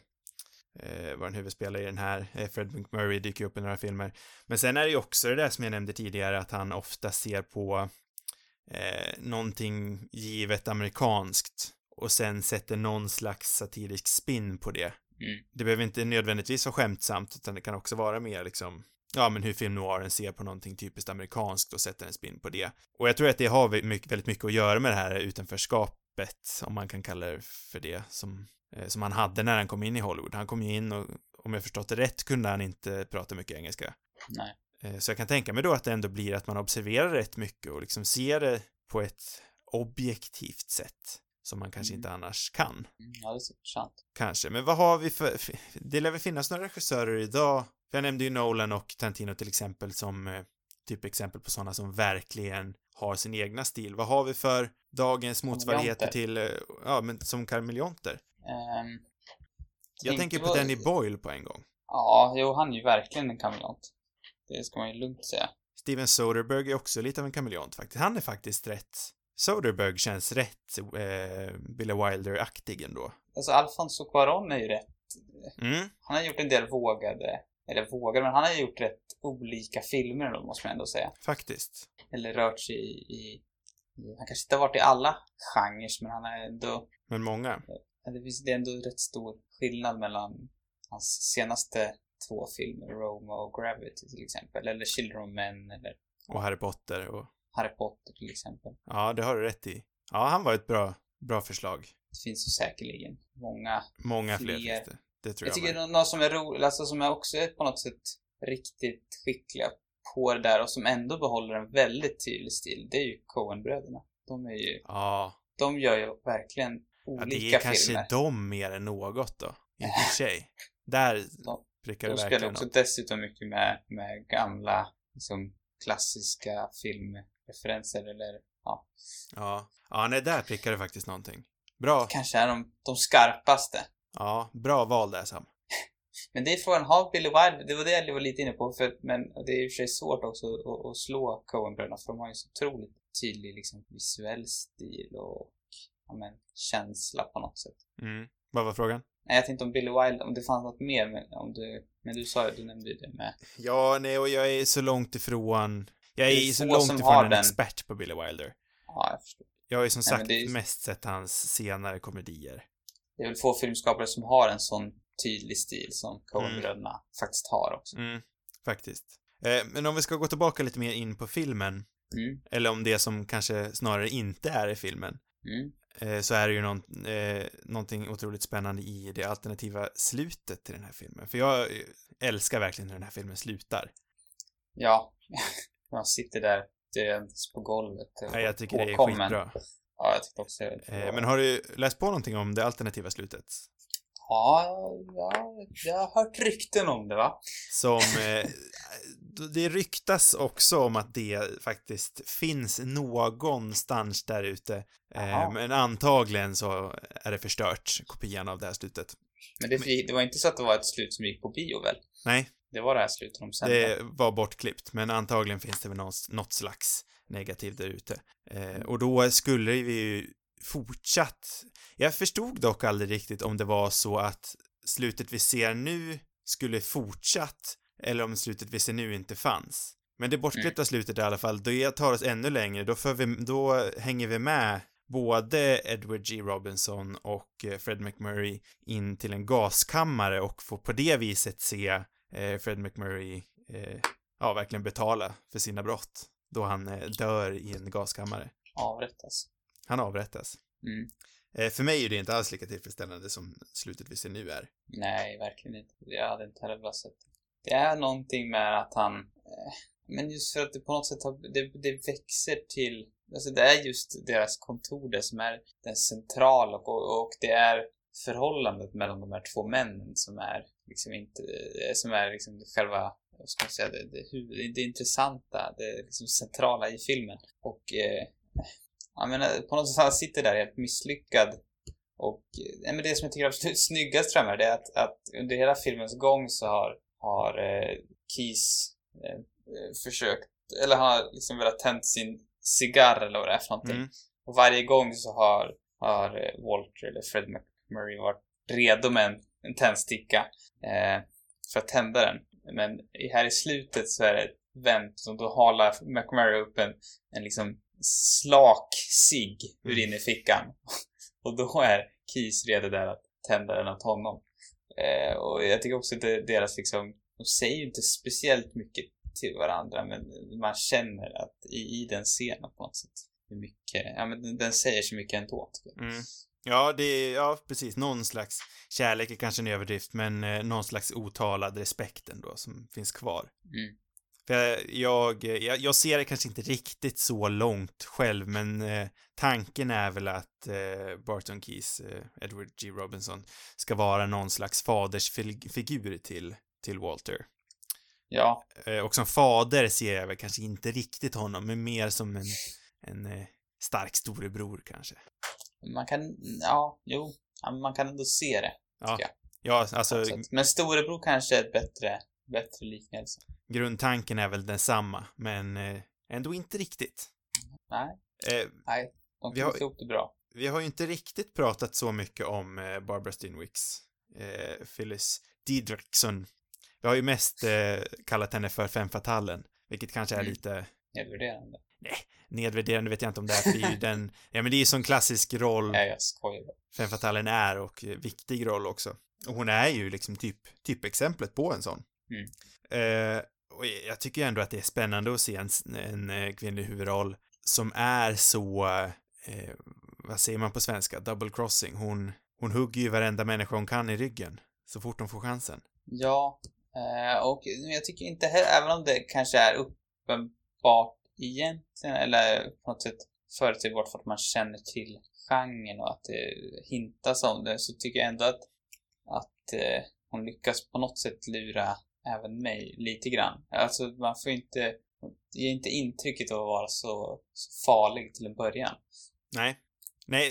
eh, vad den huvudspelare i den här, eh, Fred McMurray dyker upp i några filmer. Men sen är det ju också det där som jag nämnde tidigare, att han ofta ser på eh, någonting givet amerikanskt och sen sätter någon slags satirisk spin på det. Mm. Det behöver inte nödvändigtvis vara skämtsamt, utan det kan också vara mer liksom, ja, men hur film noiren ser på någonting typiskt amerikanskt och sätter en spin på det. Och jag tror att det har mycket, väldigt mycket att göra med det här utanförskapet, om man kan kalla det för det, som, eh, som han hade när han kom in i Hollywood. Han kom ju in och, om jag förstått det rätt, kunde han inte prata mycket engelska. Nej. Eh, så jag kan tänka mig då att det ändå blir att man observerar rätt mycket och liksom ser det på ett objektivt sätt som man kanske Mm. inte annars kan. Mm, ja, det är så sant. Kanske, men vad har vi för... Det lär väl finnas några regissörer idag. För jag nämnde ju Nolan och Tarantino till exempel som eh, typ exempel på sådana som verkligen har sin egna stil. Vad har vi för dagens motsvarigheter till, eh, ja, men som kameleonter? Um, Jag tänker på Danny Boyle på en gång. Ja, jo, han är ju verkligen en kameleont. Det ska man ju lugnt säga. Steven Soderbergh är också lite av en kameleont faktiskt. Han är faktiskt rätt... Soderbergh känns rätt eh, Billy Wilder-aktig ändå. Alltså, Alfonso Cuarón är ju rätt... Mm. Han har gjort en del vågade... Eller vågade, men han har gjort rätt olika filmer då, måste man ändå säga. Faktiskt. Eller rört sig i... i han kanske inte har varit i alla genrer, men han är ändå... Men många. Det finns det är ändå rätt stor skillnad mellan hans senaste två filmer, Roma och Gravity till exempel. Eller Children of Men, eller... Och Harry Potter och... Harry Potter till exempel. Ja, det har du rätt i. Ja, han var ett bra, bra förslag. Det finns ju säkerligen många Många fler, fler. finns det. Det tror Jag jag. tycker Jag något som är roligt, alltså som är också på något sätt riktigt skickliga på det där och som ändå behåller en väldigt tydlig stil, det är ju Coen-bröderna. De är ju, ja. de gör ju verkligen ja, olika det är kanske filmer. de mer än något då. I och för sig. Där De, prickar de det spelar verkligen också något. dessutom mycket med, med gamla liksom, klassiska filmreferenser eller ja. Ja. Ja, nej, där prickar det faktiskt någonting. Bra. Kanske är de, de skarpaste. Ja, bra val där, Sam. Men det är frågan, har Billy Wilder, det var det jag var lite inne på, för, men det är i och för sig svårt också att, att slå Coen-bröderna, för de har ju så otroligt tydlig liksom, visuell stil och ja, men, känsla på något sätt. Mm. Vad var frågan? Nej, jag tänkte om Billy Wilder, om det fanns något mer, men, om du, men du sa ju, du nämnde ju det med. Ja, nej, och jag är så långt ifrån... Jag är, är så långt ifrån en den... expert på Billy Wilder. Ja, jag förstår. Jag har ju som nej, sagt är... mest sett hans senare komedier. Det är väl få filmskapare som har en sån tydlig stil som Coen-bröderna mm. faktiskt har också. Mm, faktiskt. Eh, men om vi ska gå tillbaka lite mer in på filmen, mm. eller om det som kanske snarare inte är i filmen, mm. eh, så är det ju någon, eh, någonting otroligt spännande i det alternativa slutet till den här filmen. För jag älskar verkligen hur den här filmen slutar. Ja, man sitter där döds på golvet. Ja, jag tycker påkommen. Det är skitbra. Ja, jag tyckte också det. Eh, men har du läst på någonting om det alternativa slutet? Ja, ja, jag har hört rykten om det, va? Som, eh, det ryktas också om att det faktiskt finns någonstans där ute. Eh, men antagligen så är det förstört, kopian av det här slutet. Men det, det var inte så att det var ett slut som gick på bio, väl? Nej. Det var det här slutet de sände. Det var bortklippt, men antagligen finns det väl något, något slags negativ där ute. Eh, och då skulle vi ju fortsatt... Jag förstod dock aldrig riktigt om det var så att slutet vi ser nu skulle fortsatt, eller om slutet vi ser nu inte fanns. Men det bortklippta mm. slutet i alla fall, då tar oss ännu längre. Då, för vi, då hänger vi med både Edward G. Robinson och Fred MacMurray in till en gaskammare och får på det viset se eh, Fred MacMurray eh, ja, verkligen betala för sina brott. Då han eh, dör i en gaskammare. Avrättas. Han avrättas. Mm. Eh, för mig är det inte alls lika tillfredsställande som slutet vi ser nu är. Nej, verkligen inte. Jag hade inte heller velat sett det. Det är någonting med att han... Eh, men just för att det på något sätt har, det, det växer till... Alltså det är just deras kontor det som är den centrala och, och det är förhållandet mellan de här två männen som är liksom inte... Som är liksom själva... Vad ska man säga? Det, det, det intressanta, det liksom centrala i filmen. Och... Eh, jag menar, på något sätt han sitter där helt misslyckad. Och ja, men det som jag tycker är absolut snyggast framöver det är att, att under hela filmens gång så har, har eh, Keys eh, försökt, eller har liksom velat tänt sin cigarr eller vad det är för någonting. Mm. Och varje gång så har, har Walter eller Fred MacMurray varit redo med en, en tändsticka eh, för att tända den. Men här i slutet så är det vänt och då håller MacMurray upp en, en liksom slak cigg ur inne i fickan. Och då är Keys redo där att tända den åt honom. Eh, och jag tycker också att det, deras liksom, de säger ju inte speciellt mycket till varandra, men man känner att i, i den scenen på något sätt hur mycket, ja men den, den säger så mycket ändå. Mm. Ja, det är, ja precis, någon slags kärlek är kanske en överdrift, men eh, någon slags otalad respekt ändå som finns kvar. Mm. För jag, jag, jag ser det kanske inte riktigt så långt själv, men eh, tanken är väl att eh, Barton Keys, eh, Edward G. Robinson, ska vara någon slags fadersfigur till, till Walter. Ja. Eh, och som fader ser jag väl kanske inte riktigt honom, men mer som en, en eh, stark storebror kanske. Man kan, ja, jo, man kan ändå se det. Ja, ja alltså... Men storebror kanske är ett bättre... bättre liknelse. Grundtanken är väl densamma, men eh, ändå inte riktigt. Nej, eh, nej, de kan inte ihop det bra. Vi har ju inte riktigt pratat så mycket om eh, Barbara Stanwycks eh, Phyllis Didrikson. Vi har ju mest eh, kallat henne för Femme Fatalen, vilket kanske är mm. lite... Nedvärderande. Nej, nedvärderande vet jag inte om det är, för det är ju den... Ja, men det är ju sån klassisk roll... Ja, jag skojar. Femme Fatalen är, och eh, viktig roll också. Och hon är ju liksom typ, typexemplet på en sån. Mm. Eh, och jag tycker ändå att det är spännande att se en, en, en kvinnlig huvudroll som är så, eh, vad säger man på svenska, double crossing. Hon, hon hugger ju varenda människa hon kan i ryggen så fort hon får chansen. Ja, eh, och jag tycker inte heller, även om det kanske är uppenbart egentligen, eller på något sätt förutsägbart för att man känner till genren och att det hintas om det, så tycker jag ändå att, att eh, hon lyckas på något sätt lura även mig lite grann. Alltså man får inte ge inte intrycket av att vara så, så farlig till en början. Nej. Nej,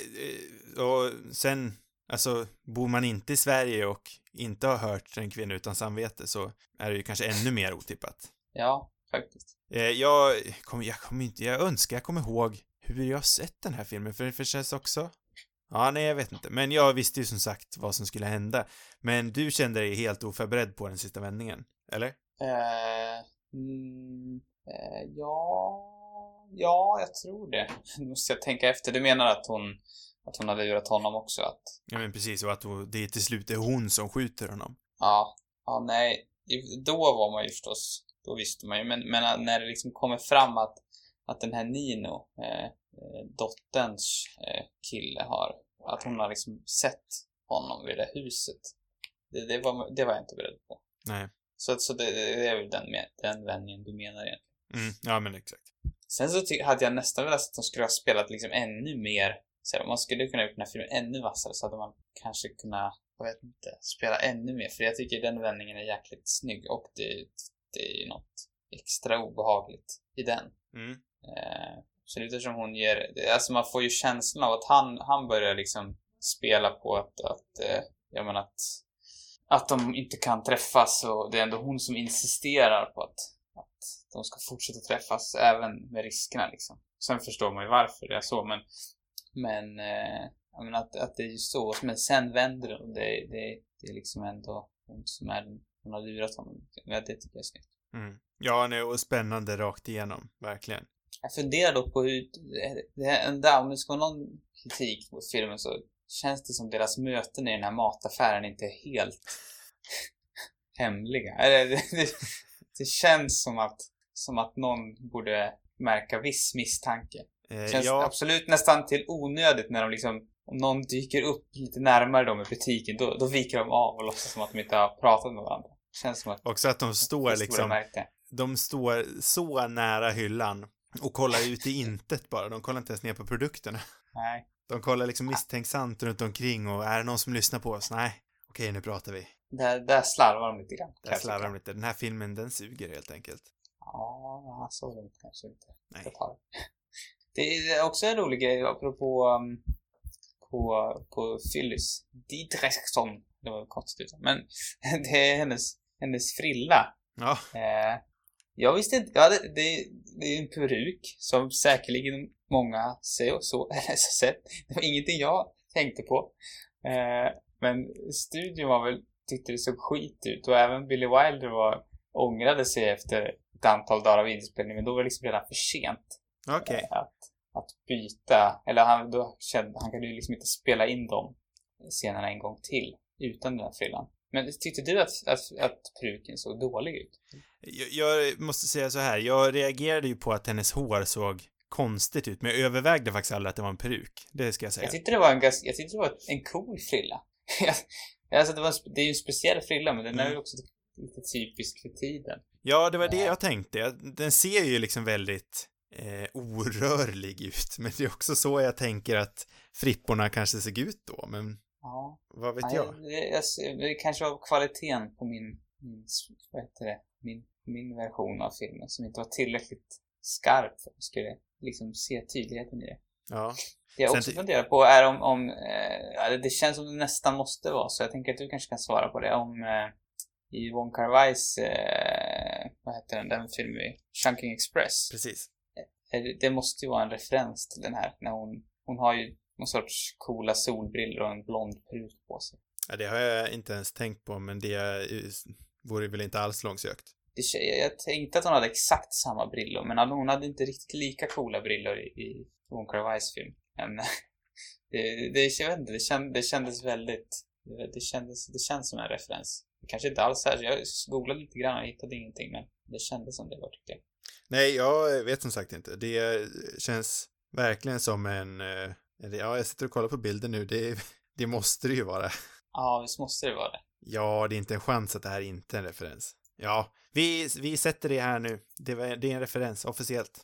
och sen alltså bor man inte i Sverige och inte har hört En kvinna utan samvete, så är det ju kanske ännu mer otippat. Ja, faktiskt. Jag kommer jag kommer inte jag önskar jag kommer ihåg hur jag har sett den här filmen, för det känns också Ja, nej, jag vet inte. Men jag visste ju som sagt vad som skulle hända. Men du kände dig helt oförberedd på den sista vändningen, eller? Eh, mm, eh, ja... Ja, jag tror det. Nu måste jag tänka efter. Du menar att hon, att hon hade lurat honom också? Att... Ja, men precis. Och att det till slut är hon som skjuter honom. Ja, ja, nej. Då var man ju förstås... Då visste man ju. Men, men när det liksom kommer fram att, att den här Nino, eh, dotterns eh, kille, har... Att hon har liksom sett honom vid det huset. Det, det, var, det var jag inte beredd på. Nej. Så, så det, det är väl den, den vändningen du menar egentligen. Mm, ja, men exakt. Sen så ty- hade jag nästan velat att de skulle ha spelat liksom ännu mer. Så här, man skulle kunna göra den här filmen ännu vassare, så hade man kanske kunnat, jag vet inte, spela ännu mer. För jag tycker den vändningen är jäkligt snygg, och det, det är något extra obehagligt i den. Mm. Eh, så det är som hon ger, alltså man får ju känslan av att han, han börjar liksom spela på att, att eh, jag menar att, att de inte kan träffas, och det är ändå hon som insisterar på att att de ska fortsätta träffas även med riskerna liksom. Sen förstår man ju varför det är så, men men eh, jag menar att, att det är ju så, men sen vänder det, och det, det, det är liksom ändå hon som är den, hon har lurat honom. Ja, det tycker jag är snyggt. Mm. Ja, nej, och spännande rakt igenom, verkligen. Jag funderar då på hur det är en där, om det ska vara någon kritik mot filmen, så känns det som deras möten i den här mataffären inte är helt hemliga. Eller det, det Det känns som att, som att någon borde märka viss misstanke. Eh, Det känns ja. absolut nästan till onödigt när de liksom, om någon dyker upp lite närmare dem i butiken, då, då viker de av och låtsas som att de inte har pratat med varandra. Det känns som att... Också att de står att liksom, märka. de står så nära hyllan och kollar ut i intet bara. De kollar inte ens ner på produkterna. Nej. De kollar liksom misstänksamt runt omkring, och är det någon som lyssnar på oss? Nej. Okej, nu pratar vi. Där, där slarvar de lite grann. Där slarvar de lite. Den här filmen, den suger helt enkelt. Ja, så långt kanske inte. Nej. Det är också en rolig grej apropå um, på, på Phyllis Didrikson. Det var konstigt. Men det är hennes, hennes frilla. Ja. Eh, jag visste inte. Ja, det, det, det är en peruk som säkerligen många ser och så, eller så sett. Det var ingenting jag tänkte på. Eh, men studion var väl, tyckte det såg skit ut, och även Billy Wilder var, ångrade sig efter ett antal dagar av inspelning, men då var det liksom redan för sent. Okej. Okay. Eh, att, att byta, eller han, då kände, han kunde ju liksom inte spela in dem scenerna en gång till utan den här frillan. Men tyckte du att, att, att peruken såg dålig ut? Jag, jag måste säga så här, jag reagerade ju på att hennes hår såg konstigt ut, men jag övervägde faktiskt aldrig att det var en peruk. Det ska jag säga. Jag tyckte det var en, jag tyckte det var en cool frilla. Alltså det, var en, det är ju en speciell frilla, men den mm. är ju också lite typisk för tiden. Ja, det var det jag tänkte. Den ser ju liksom väldigt eh, orörlig ut, men det är också så jag tänker att fripporna kanske ser ut då, men ja. Vad vet Nej, jag? Det, det kanske var kvaliteten på min, min vad heter det, min, min version av filmen som inte var tillräckligt skarp för att jag skulle liksom se tydligheten i det. Ja. Det jag också funderar på är om, om eh, det känns som det nästan måste vara, så jag tänker att du kanske kan svara på det, om eh, i Wong Kar-wais eh, vad heter den, den filmen i Chungking Express. Precis. Eh, det måste ju vara en referens till den här, när hon, hon har ju någon sorts coola solbrillor och en blond peruk på sig. Ja, det har jag inte ens tänkt på, men det vore väl inte alls långsökt. Det, jag tänkte att hon hade exakt samma brillor, men hon hade inte riktigt lika coola brillor i, i Wong Kar-wais film. Men det, det, jag vet inte, det, känd, det kändes väldigt, det kändes, det känns som en referens. Det kanske inte alls är, jag googlade lite grann och hittade ingenting, men det kändes som det var, tyckte jag. Nej, jag vet som sagt inte. Det känns verkligen som en, ja, jag sitter och kollar på bilden nu, det, det måste det ju vara. Ja, visst måste det vara det. Ja, det är inte en chans att det här inte är en referens. Ja, vi, vi sätter det här nu. Det, var, det är en referens, officiellt.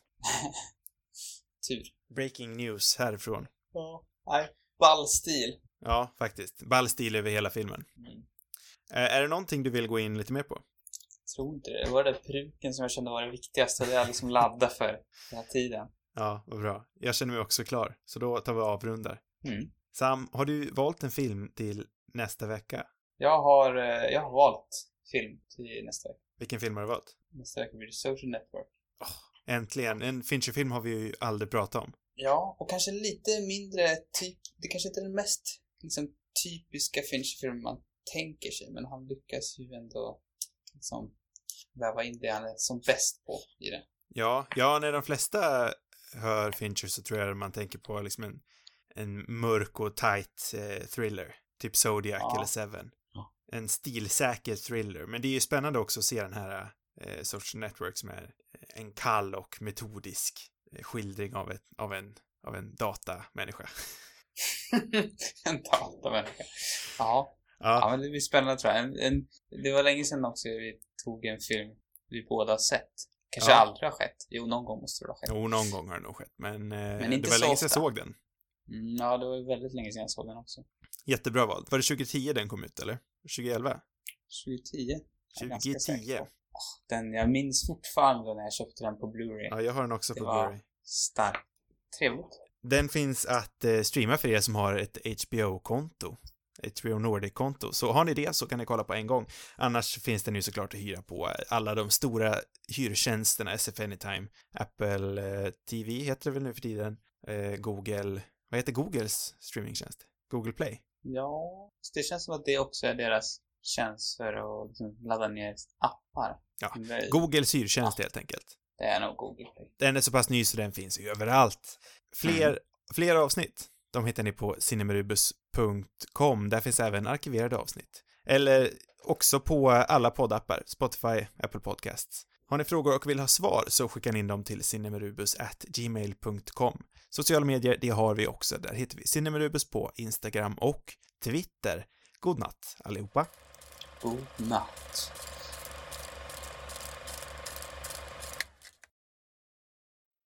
Tur. Breaking news härifrån. Ja, nej. Ballstil. Ja, faktiskt. Ballstil över hela filmen. Mm. Är det någonting du vill gå in lite mer på? Jag tror inte det. Det var det peruken som jag kände var det viktigaste. Det jag liksom laddade för den här tiden. Ja, vad bra. Jag känner mig också klar. Så då tar vi avrundar. Mm. Sam, har du valt en film till nästa vecka? Jag har, jag har valt film till nästa vecka. Vilken film har du valt? Nästa vecka blir det Social Network. Oh, äntligen. En Fincher-film har vi ju aldrig pratat om. Ja, och kanske lite mindre typ, det kanske inte är den mest liksom, typiska Fincher-filmen man tänker sig, men han lyckas ju ändå liksom väva in det han är som bäst på i det. Ja, ja, när de flesta hör Fincher så tror jag man tänker på liksom en, en mörk och tight eh, thriller, typ Zodiac ja. eller Seven. Ja. En stilsäker thriller, men det är ju spännande också att se den här eh, Social Network som är en kall och metodisk eh, skildring av, ett, av en av en datamänniska. En datamänniska. Ja. ja. Ja, men det blir spännande tror jag. En, en, det var länge sedan också vi tog en film vi båda har sett. Kanske ja. aldrig har skett. Jo, någon gång måste det ha skett. Jo, någon gång har det nog skett. Men, men inte det var så länge sedan ofta. jag såg den. Mm, ja, det var väldigt länge sedan jag såg den också. Jättebra val. Var det tjugohundratio den kom ut, eller? tjugoelva? tjugohundratio? tjugohundratio. Oh, den, jag minns fortfarande när jag köpte den på Blu-ray. Ja, jag har den också det på var Blu-ray. Starkt. Trevligt. Den finns att eh, streama för er som har ett H B O-konto. H B O Nordic-konto. Så har ni det så kan ni kolla på en gång. Annars finns den ju såklart att hyra på alla de stora hyrtjänsterna. S F Anytime, Apple eh, T V heter det väl nu för tiden. Eh, Google, vad heter Googles streamingtjänst? Google Play? Ja, det känns som att det också är deras tjänst för att liksom ladda ner appar. Ja, det... Googles hyrtjänst ja. helt enkelt. Det är nog Google Play. Den är så pass ny så den finns ju överallt. Fler, mm. fler avsnitt, de hittar ni på cinemarubus punkt com. Där finns även arkiverade avsnitt. Eller också på alla poddappar, Spotify, Apple Podcasts. Har ni frågor och vill ha svar så skickar in dem till cinemarubus at gmail punkt com. Sociala medier, det har vi också. Där hittar vi Cinemarubus på Instagram och Twitter. God natt allihopa. God natt.